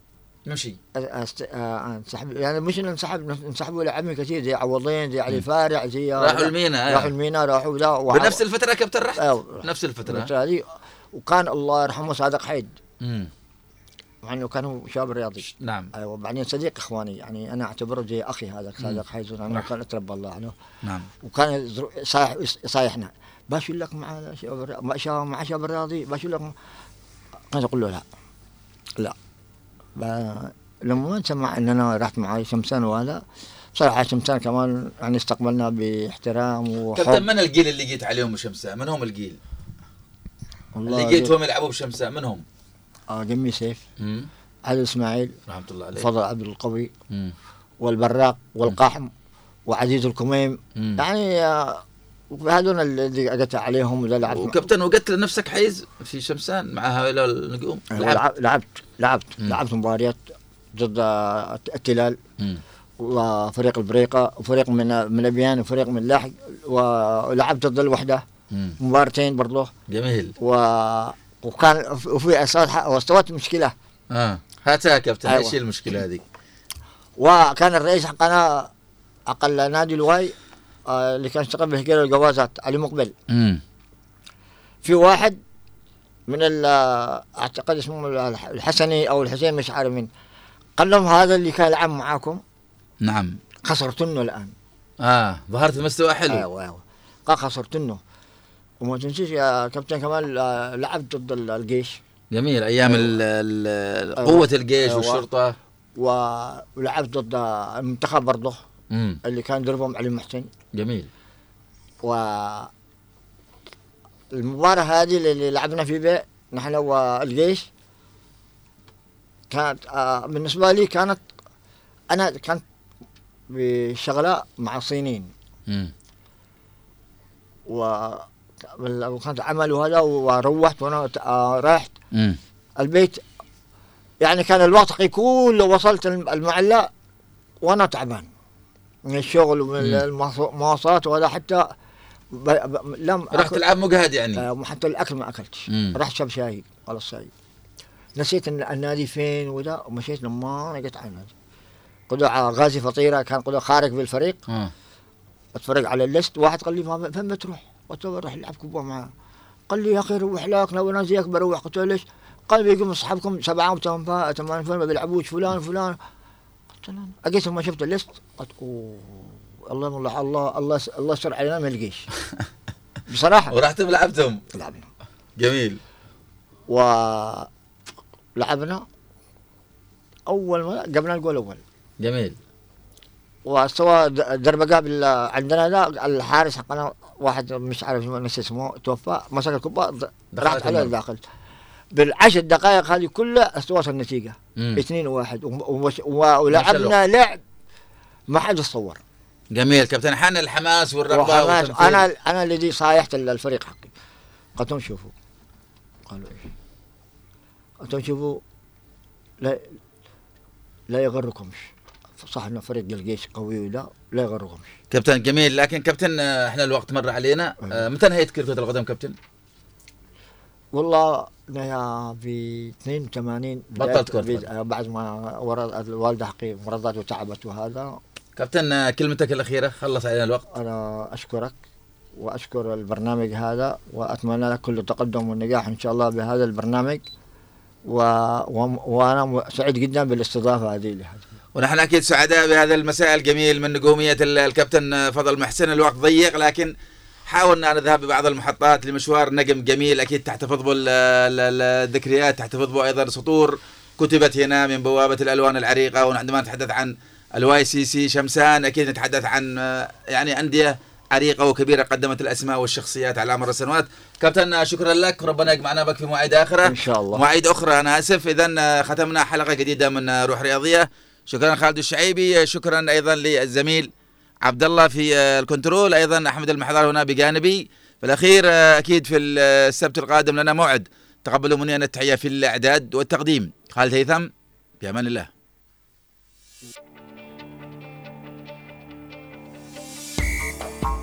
نمشي انسحب، يعني مش انسحبوا لعبين كثير زي عوضين، زي علي فارع، زي راحوا المينا. راحوا المينا، راحوا ذا بنفس الفتره كابتن رحت نفس الفتره هذه. وكان الله يرحمه صادق حيد، مع انه كان هو شاب رياضي. نعم. ايوه، وبعدين صديق اخواني، يعني انا اعتبره زي اخي هذا صادق حيد، انا كان اتربى الله عنه. نعم. وكان صايحنا باش لك مع شاب رياضي، باش لك. كنت اقول له لا لما سمع ان انا رحت مع شمسان، وهذا بصراحه شمسان كمان يعني استقبلنا باحترام وحب. كابتن من الجيل اللي جيت عليهم بشمسان؟ من هم الجيل اللي جيتهم يلعبوا بشمسان؟ من هم؟ جمي سيف، علي اسماعيل رحمه الله عليه، فضل عبد القوي، والبراق والقحم وعزيز الكميم، يعني هذول اللي اجت عليهم ولا لعبت. وكابتن وقت لنفسك حيز في شمسان مع هؤلاء النجوم؟ لعبت مباريات ضد التلال وفريق البريقه وفريق من ابيان وفريق من لاحق، ولعبت ضد الوحده مباراتين برضه. جميل. وكان وفي استوت مشكله. هاتها كابتن. ايش المشكله هذه؟ وكان الرئيس حقنا اقل نادي الواي اللي كان يشتغل بهجير الجوازات علي مقبل. في واحد من اعتقد اسمه الحسني او الحسين مش عارف مين، قال لهم هذا اللي كان يلعب معاكم. نعم. خسرتنه الان. ظهرت المستوى حلو. ايوه قال خسرتنه. وما تنسيش يا كابتن كمان لعبت ضد الجيش. جميل. ايام قوه الجيش والشرطه. ولعبت ضد المنتخب برضه اللي كان يدربهم علي محسن. جميل. والمباراة هذه اللي لعبنا في بيت نحن والجيش كانت بالنسبة لي كانت بشغلة مع الصينيين. وكانت عمل وهذا، وروحت وانا راحت البيت، يعني كان الوقت كله وصلت المعلة وانا تعبان من الشغل ومن المواصلات، وهذا حتى لم رحت تلعب مجهد يعني. حتى الاكل ما اكلتش. رحت شرب شاي على الصاي، نسيت النادي فين وذا، ومشيت لما لقيت على النادي قدوع غازي فطيره، كان قدوع خارج بالفريق. اتفرج على الليست، واحد قال لي فين بتروح؟ قلت له بروح العب كوبا معاه. قال لي يا اخي روح لك، لو انا زيك بروح. قلت له ليش؟ قال بيقوم اصحابكم 7 و 8 ما بيلعبوش فلان. قلت له اجيت لما شفت الليست قلت الله يستر علينا من الجيش بصراحه. ورحت لعبتهم؟ لعبنا. جميل. ولعبنا اول ما جبنا الجول الاول. جميل. واستوى ضربه قابل عندنا ذا الحارس حقنا، واحد مش عارف نسي اسمه، توفى، مسك الكوبا راحت على الداخل. بالعشر دقائق هذه كلها استوت النتيجه 2-1 ولعبنا لعب ما حد يتصور. جميل كابتن. حان الحماس والرغبه. انا الذي صايحت الفريق حقي، قلت لهم شوفوا، قالوا ايش؟ قلت لهم شوفوا لا يغركمش، صح انه فريق الجيش قوي ولا لا يغركمش. كابتن جميل. لكن كابتن احنا الوقت مر علينا. متى نهيت كرة القدم كابتن؟ والله انا في 82 بطلت كرة القدم بعد ما الوالده حقي مرضت وتعبت وهذا. كابتن كلمتك الأخيرة، خلص علينا الوقت. أنا أشكرك وأشكر البرنامج هذا، وأتمنى لك كل التقدم والنجاح إن شاء الله بهذا البرنامج، وأنا سعيد جدا بالاستضافة هذه لهذا. ونحن أكيد سعداء بهذا المساء الجميل من نجومية الكابتن فضل محسن. الوقت ضيق، لكن حاولنا أن نذهب ببعض المحطات لمشوار نجم جميل أكيد تحتفظ به الذكريات، تحتفظ به أيضا سطور كتبت هنا من بوابة الألوان العريقة. وعندما نتحدث عن الواي سي سي شمسان أكيد نتحدث عن يعني أندية عريقة وكبيرة قدمت الأسماء والشخصيات على مر السنوات. كابتن شكرا لك، ربنا يجمعنا بك في مواعيد آخرة إن شاء الله، مواعيد أخرى. أنا آسف. إذن ختمنا حلقة جديدة من روح رياضية. شكرا خالد الشعيبي، شكرا أيضا للزميل عبد الله في الكنترول، أيضا أحمد المحضار هنا بجانبي. في الأخير أكيد في السبت القادم لنا موعد. تقبلوا مني أن التحية في الإعداد والتقديم خالد هيثم. بأمان الله.